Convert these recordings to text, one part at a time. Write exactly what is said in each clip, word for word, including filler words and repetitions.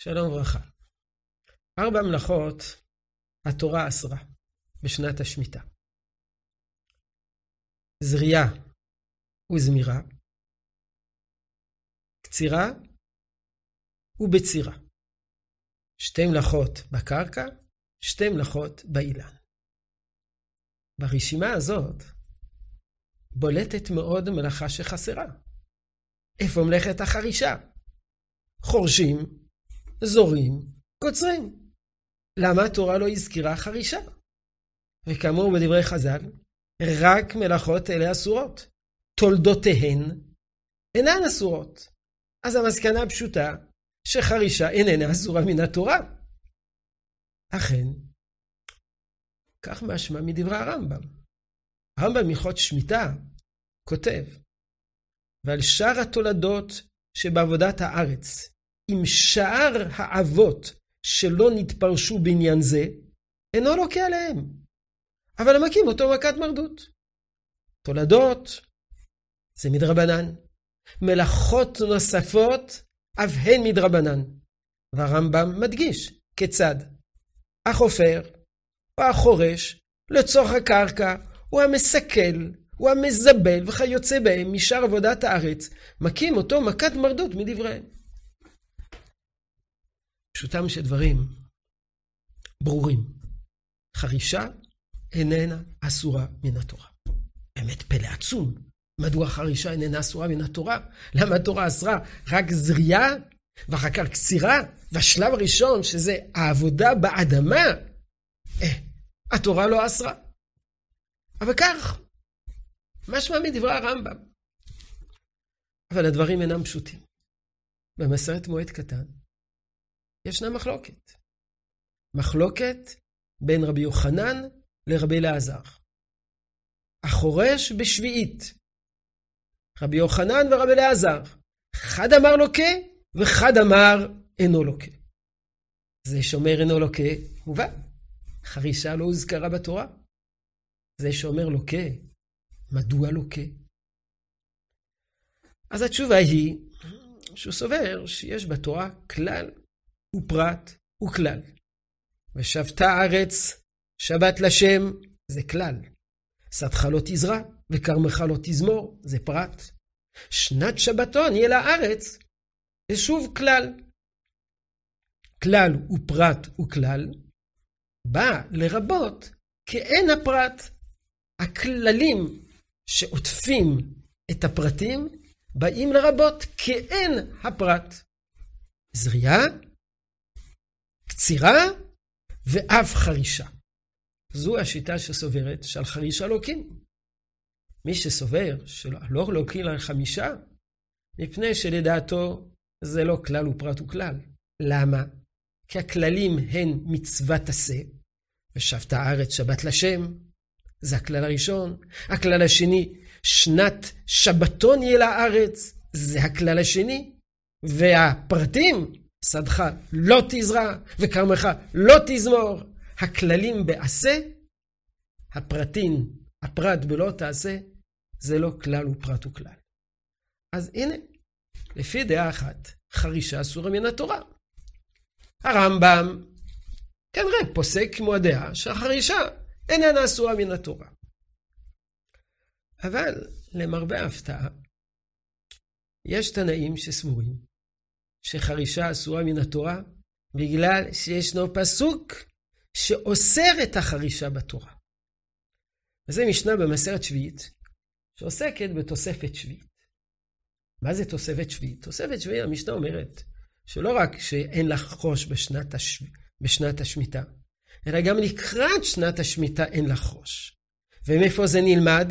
שלום וברכה. ארבע מלאכות התורה אסרה בשנת השמיטה. זריעה וזמירה, קצירה ובצירה. שתי מלאכות בקרקע, שתי מלאכות באילן. ברשימה הזאת בולטת מאוד מלאכה שחסרה. איפה מלאכת החרישה? חורשים, זורים, קוצרים. למה התורה לא הזכירה חרישה? וכאמור בדברי חז"ל, רק מלאכות אלה אסורות. תולדותיהן אינן אסורות. אז המסקנה פשוטה שחרישה איננה אסורה מן התורה. אכן, כך משמע מדברי הרמב"ם. הרמב"ם הלכות שמיטה כותב, ועל שאר התולדות שבעבודת הארץ, עם שאר האבות שלא נתפרשו בעניין זה, אינו לוקה עליהם, אבל המקים אותו מכת מרדות. תולדות זה מדרבנן, מלאכות נוספות אף הן מדרבנן. והרמב"ם מדגיש כיצד החופר או החורש לצורך הקרקע הוא המסכל, הוא המזבל וכיוצא בהם משאר עבודת הארץ, מקים אותו מכת מרדות מדבריהם. פשוטם של דברים ברורים. חרישה איננה אסורה מן התורה. באמת פלא עצום. מדוע חרישה איננה אסורה מן התורה? למה התורה אסרה רק זריעה ואחר כך קצירה? והשלב הראשון שזה העבודה באדמה, אה, התורה לא אסרה. אבל כך, משמע מדברי הרמב"ם. אבל הדברים אינם פשוטים. במסכת מועד קטן ישנה מחלוקת. מחלוקת בין רבי יוחנן לרבי אלעזר. החורש בשביעית. רבי יוחנן ורבי אלעזר. אחד אמר לוקה ואחד אמר אינו לוקה. זה שאומר אינו לוקה, מובן. חרישה לא הוזכרה בתורה. זה שאומר לוקה, מדוע לוקה? אז התשובה היא שהוא סובר שיש בתורה כלל ופרט וכלל. ושבתה הארץ שבת לשם זה כלל. שדך לא תזרע וכרמך לא תזמור זה פרט. שנת שבתון יהיה לארץ זה שוב כלל. כלל ופרט וכלל בא לרבות כאין הפרט. הכללים שעוטפים את הפרטים באים לרבות כאין הפרט. זריעה, קצירה ואף חרישה. זו השיטה שסוברת שעל חרישה לוקים. מי שסובר שלא לוקים על חמישה, מפני שלדעתו זה לא כלל ופרט וכלל. למה? כי הכללים הן מצוות עשה, ושבתה הארץ שבת לשם, זה הכלל הראשון. הכלל השני, שנת שבתון יהיה לארץ, זה הכלל השני. והפרטים, שדך לא תזרע וכרמך לא תזמור. הכללים בעשה, הפרטים, הפרט בלא תעשה, זה לא כלל ופרט וכלל. אז הנה, לפי דעה אחת, חרישה אסורה מן התורה. הרמב"ם כנראה פוסק כמו הדעה שהחרישה איננה אסורה מן התורה. אבל למרבה ההפתעה, יש תנאים שסבורים שחרישה אסורה מן התורה בגלל שישנו פסוק שאוסר את החרישה בתורה. וזה משנה במסכת שביעית שעוסקת בתוספת שביעית. מה זה תוספת שביעית? תוספת שביעית, המשנה אומרת שלא רק שאין לחרוש בשנת, השב... בשנת השמיטה, אלא גם לקראת שנת השמיטה אין לחרוש. ומאיפה זה נלמד?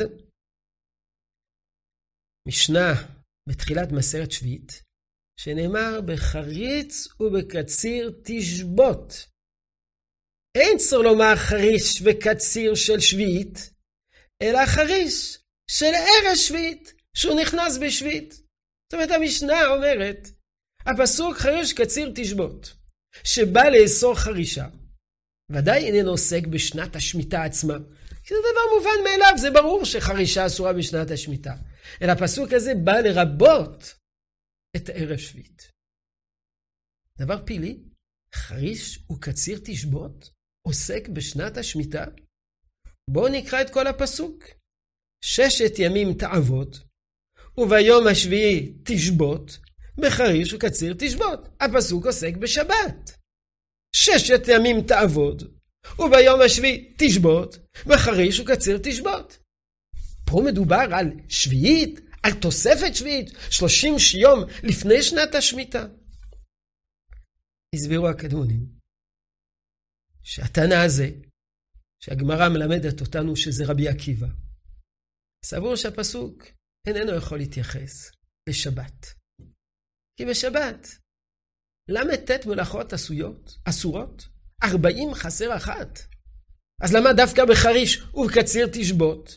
משנה בתחילת מסכת שביעית, שנאמר בחריץ ובקציר תשבות. אין צריך לומר חריש וקציר של שביעית, אלא חריש של ערב שביעית, שהוא נכנס בשביעית. זאת אומרת, המשנה אומרת, הפסוק חריש קציר תשבות, שבא לאסור חרישה, ודאי איננו עוסק בשנת השמיטה עצמה. כי זה דבר מובן מאליו, זה ברור שחרישה אסורה בשנת השמיטה. אלא הפסוק הזה בא לרבות את ערב שביעית. דבר פילי, חריש וקציר תשבות עוסק בשנת השמיטה. בואו נקרא את כל הפסוק. ששת ימים תעבוד, וביום השביעי תשבות, בחריש וקציר תשבות. הפסוק עוסק בשבת. ששת ימים תעבוד, וביום השביעי תשבות, בחריש וקציר תשבות. פה מדובר על שביעית, על תוספת שביעית, שלושים יום לפני שנת השמיטה. הסבירו הקדמונים שהתנא הזה, שהגמרא מלמדת אותנו שזה רבי עקיבא, סבור שהפסוק איננו יכול להתייחס לשבת. כי בשבת, למה תת מלאכות עשויות, אסורות? ארבעים חסר אחת. אז למה דווקא בחריש ובקציר תשבות?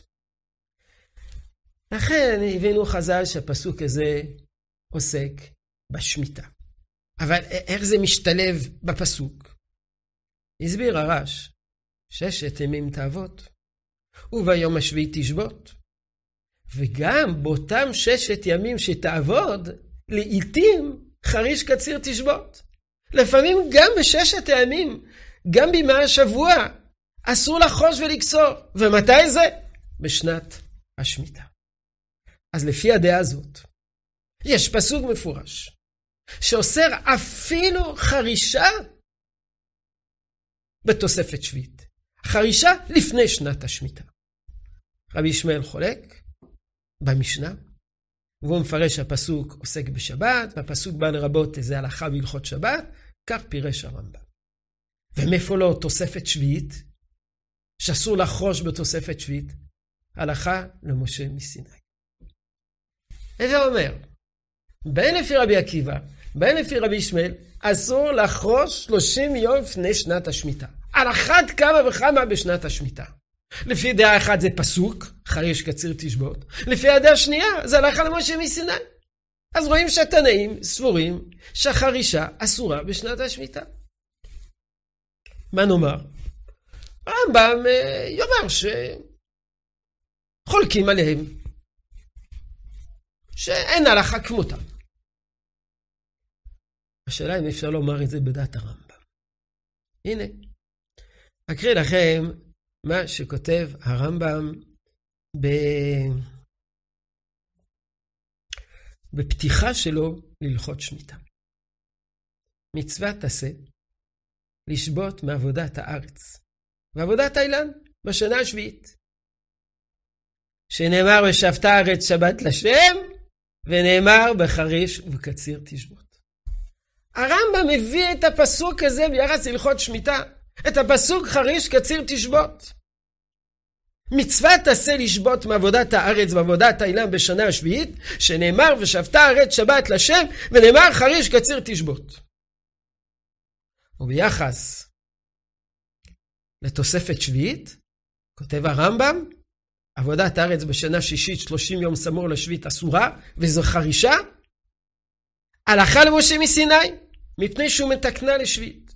לכן הבינו חז"ל שהפסוק הזה עוסק בשמיטה. אבל איך זה משתלב בפסוק? הסביר הרש, ששת ימים תעבוד, וביום השביעי תשבות. וגם באותם ששת ימים שתעבוד, לעתים חריש קציר תשבות. לפעמים גם בששת הימים, גם בימי השבוע, אסור לחוש ולקצור. ומתי זה? בשנת השמיטה. אז לפי הדעה הזאת, יש פסוק מפורש, שאוסר אפילו חרישה בתוספת שביעית. חרישה לפני שנת השמיטה. רבי ישמעאל חולק במשנה, והוא מפרש שהפסוק עוסק בשבת, והפסוק בא לרבות איזה הלכה בהלכות שבת, כך פירש הרמב"ם. ומאיפה לו תוספת שביעית, שאסור לחרוש בתוספת שביעית, הלכה למשה מסיני. זה אומר, בין לפי רבי עקיבא, בין לפי רבי ישמעאל, אסור לחרוש שלושים יום לפני שנת השמיטה. על אחת כמה וכמה בשנת השמיטה. לפי דעה אחת זה פסוק, חריש קציר תשבות. לפי הדעה השנייה זה הלכה למשה מסיני. אז רואים שהתנאים סבורים שהחרישה אסורה בשנת השמיטה. מה נאמר? הרמב"ם יאמר שחולקים עליהם, שאין הלכה כמותם. השאלה אם אפשר לומר את זה בדעת הרמב"ם. הנה, אקריא לכם מה שכותב הרמב"ם ב... בפתיחה שלו להלכות שמיטה. מצוות עשה לשבות מעבודת הארץ ועבודת האילן בשנה השביעית, שנאמר ושבת הארץ שבת לשם, ונאמר בחריש ובקציר תשבות. הרמב"ם מביא את הפסוק הזה ביחס להלכות שמיטה, את הפסוק חריש קציר תשבות. מצוות עשה לשבות מעבודת הארץ ועבודת האילן בשנה השביעית, שנאמר ושבת הארץ שבת לשם, ונאמר חריש קציר תשבות. וביחס לתוספת שביעית, כותב הרמב"ם, עבודת הארץ בשנה שישית שלושים יום סמור לשביעית אסורה, וזו חרישה, הלכה למשה מסיני, מפני שהוא מתקנה לשביעית.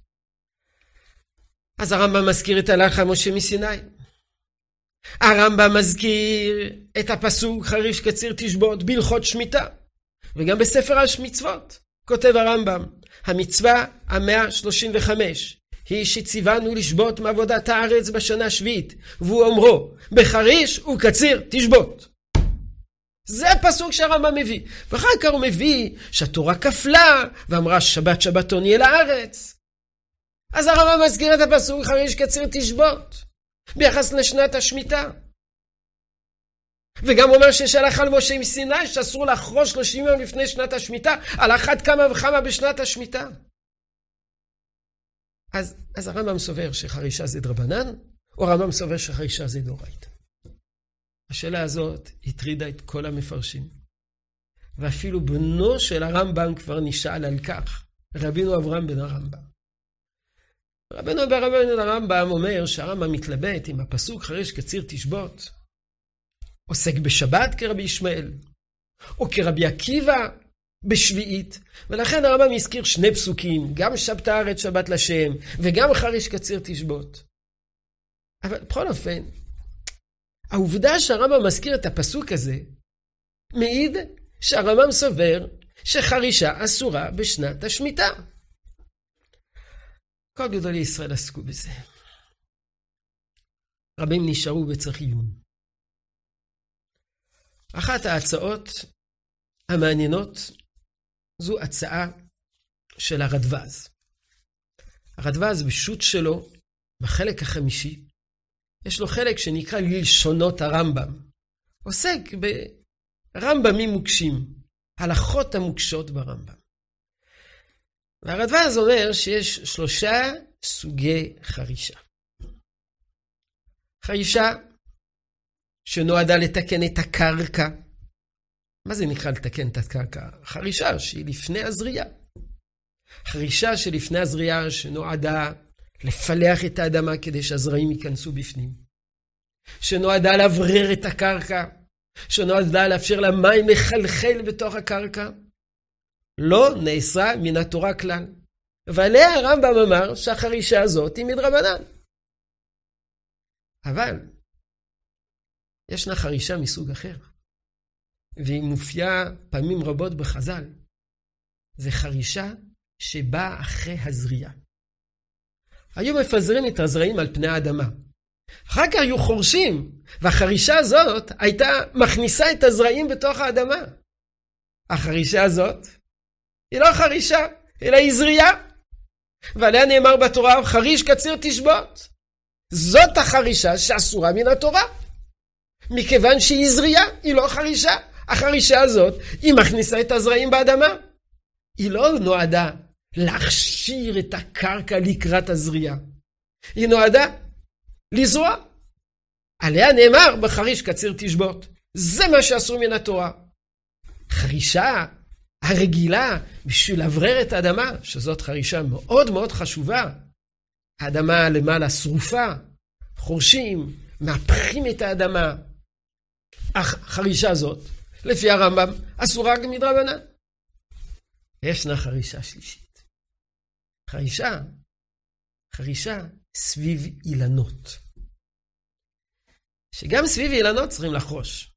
אז הרמב"ם מזכיר את הלכה למשה מסיני. הרמב"ם מזכיר את הפסוק חריש קציר תשבות בהלכות שמיטה, וגם בספר המצוות כותב הרמב"ם, המצווה המאה שלושים וחמש היא שציוונו לשבות מעבודת הארץ בשנה השביעית, והוא אומרו בחריש וקציר תשבות. זה הפסוק שהרמב"ם מביא, ואחר כך הוא מביא שהתורה כפלה ואמרה שבת שבתון יהיה לארץ. אז הרמב"ם מזכיר את הפסוק חריש קציר תשבות ביחס לשנת השמיטה, וגם אומר שיש הלכה למשה מסיני שאסור לחרוש שלושים יום לפני שנת השמיטה, על אחת כמה וכמה בשנת השמיטה. אז, אז הרמב"ם סובר שחרישה זה דרבנן, או הרמב"ם סובר שחרישה זה דאורייתא? השאלה הזאת הטרידה את כל המפרשים, ואפילו בנו של הרמב"ם כבר נשאל על כך, רבינו אברהם בן הרמב"ם. רבינו אברהם בן הרמב"ם אומר שהרמב"ם מתלבט עם הפסוק חריש קציר תשבות, עוסק בשבת כרבי ישמעאל, או כרבי עקיבא בשביעית, ולכן הרמב"ם הזכיר שני פסוקים, גם שבת הארץ שבת לשם, וגם חריש קציר תשבות. אבל בכל אופן, העובדה שהרמב"ם מזכיר את הפסוק הזה, מעיד שהרמב"ם סובר שחרישה אסורה בשנת השמיטה. כל גדולי ישראל עסקו בזה. רבים נשארו בצריך עיון. אחת ההצעות המעניינות זו הצעה של הרדווז. הרדווז בשו"ת שלו, בחלק החמישי, יש לו חלק שנקרא ללשונות הרמב"ם. עוסק ברמב"מים מוקשים, הלכות המוקשות ברמב"ם. והרדווז אומר שיש שלושה סוגי חרישה. חרישה שנועדה לתקן את הקרקע. מה זה נקרא לתקן את הקרקע? חרישה שהיא לפני הזריעה. חרישה שלפני הזריעה שנועדה לפלח את האדמה כדי שהזרעים ייכנסו בפנים. שנועדה להברר את הקרקע. שנועדה לאפשר למים לחלחל בתוך הקרקע. לא נאסרה מן התורה כלל. ועליה הרמב"ם אמר שהחרישה הזאת היא מדרבנן. אבל ישנה חרישה מסוג אחר. והיא מופיעה פעמים רבות בחז"ל. זה חרישה שבאה אחרי הזריעה. היו מפזרים את הזרעים על פני האדמה. אחר כך היו חורשים, והחרישה הזאת הייתה מכניסה את הזרעים בתוך האדמה. החרישה הזאת היא לא חרישה, אלא היא זריעה. ועליה נאמר בתורה, חריש קציר תשבות. זאת החרישה שאסורה מן התורה. מכיוון שהיא זריעה, היא לא חרישה. החרישה הזאת, היא מכניסה את הזרעים באדמה. היא לא נועדה להכשיר את הקרקע לקראת הזריעה. היא נועדה לזרוע. עליה נאמר בחריש קציר תשבות. זה מה שאסור מן התורה. חרישה הרגילה בשביל לברר את האדמה, שזאת חרישה מאוד מאוד חשובה. האדמה למעלה שרופה, חורשים, מהפכים את האדמה. החרישה הזאת, לפי הרמב"ם, אסורה גם מדרבנן. ישנה חרישה שלישית. חרישה, חרישה סביב אילנות. שגם סביב אילנות צריכים לחרוש.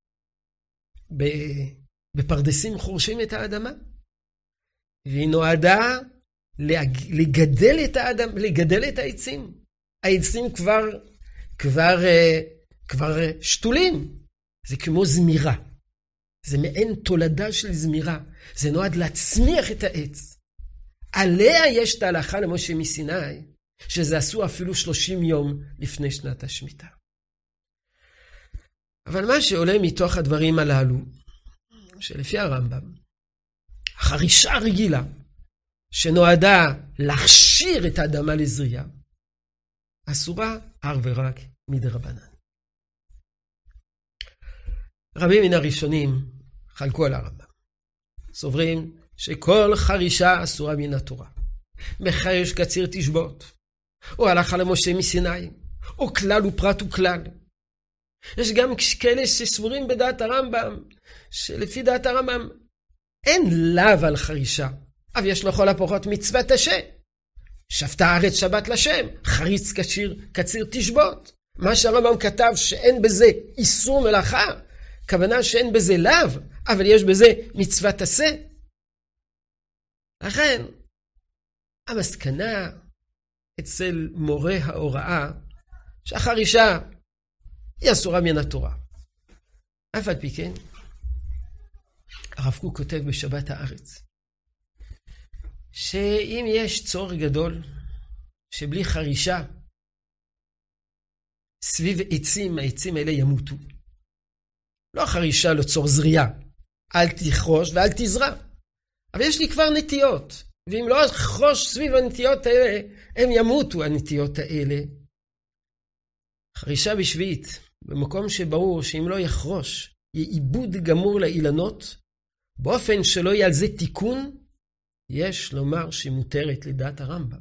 בפרדסים חורשים את האדמה. והיא נועדה לגדל את האדמה, לגדל את העצים. העצים כבר, כבר, כבר שתולים. זה כמו זמירה. זה מעין תולדה של זמירה. זה נועד להצמיח את העץ. עליה יש את ההלכה למשה מסיני, שזה עשו אפילו שלושים יום לפני שנת השמיטה. אבל מה שעולה מתוך הדברים הללו, שלפי הרמב"ם, החרישה הרגילה, שנועדה להכשיר את האדמה לזריעה, אסורה אך ורק מדרבנן. רבים מן הראשונים חלקו על הרמב"ם. סוברים שכל חרישה אסורה מן התורה. מחריש קציר תשבות, או הלכה למשה מסיני, או כלל ופרט וכלל. יש גם כאלה שסבורים בדעת הרמב"ם, שלפי דעת הרמב"ם אין לאו על חרישה, אבל יש לכל הפחות מצוות השם. שבתה הארץ שבת לשם, חריץ קציר, קציר תשבות. מה שהרמב"ם כתב שאין בזה איסור מלאכה, כוונה שאין בזה לאו, אבל יש בזה מצוות עשה. לכן, המסקנה אצל מורה ההוראה, שהחרישה היא אסורה מן התורה. אף על פי כן, הרב קוק כותב בשבת הארץ, שאם יש צורך גדול, שבלי חרישה, סביב עצים, העצים האלה ימותו. לא חרישה לצור זריעה, אל תחרוש ואל תזרע. אבל יש לי כבר נטיות, ואם לא אחרוש סביב הנטיות האלה, הם ימותו הנטיות האלה. חרישה בשביעית, במקום שברור שאם לא יחרוש, יהיה עיבוד גמור לאילנות, באופן שלא יהיה על זה תיקון, יש לומר שמותרת לדעת הרמב"ם.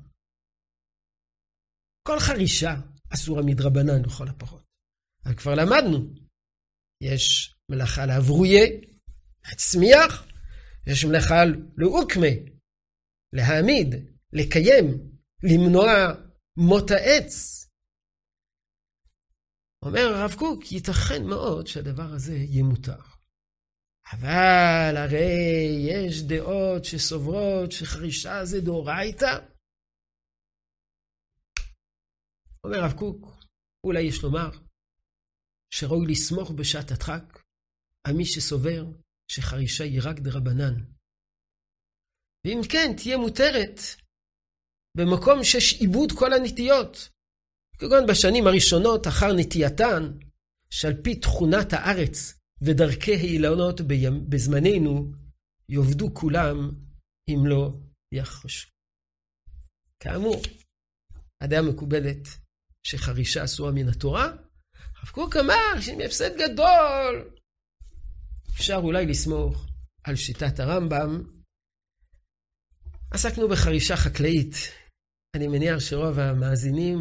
כל חרישה אסורה מדרבנן לכל הפחות. אבל כבר למדנו, יש מלאכה להבריה, להצמיח, יש מלאכה לעוקמה, להעמיד, לקיים, למנוע מות העץ. אומר הרב קוק, ייתכן מאוד שהדבר הזה יהיה מותר. אבל הרי יש דעות שסוברות שחרישה זה דאורייתא. אומר הרב קוק, אולי יש לומר, שראוי לסמוך בשעת הדחק, על מי שסובר שחרישה היא רק דרבנן. ואם כן, תהיה מותרת במקום שיש עיבוד כל הנטיות, כגון בשנים הראשונות אחר נטייתן, שעל פי תכונת הארץ ודרכי האילנות בזמננו, יובדו כולם אם לא יחרשו. כאמור, הדעה מקובלת שחרישה אסורה מן התורה, הרב קוק אמר שאם הפסד גדול, אפשר אולי לסמוך על שיטת הרמב"ם. עסקנו בחרישה חקלאית. אני מניח שרוב המאזינים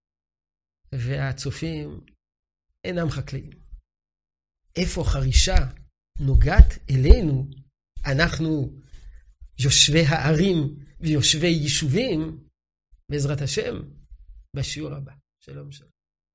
והצופים אינם חקלאים. איפה חרישה נוגעת אלינו, אנחנו יושבי הערים ויושבי יישובים, בעזרת השם, בשיעור הבא. שלום שלום.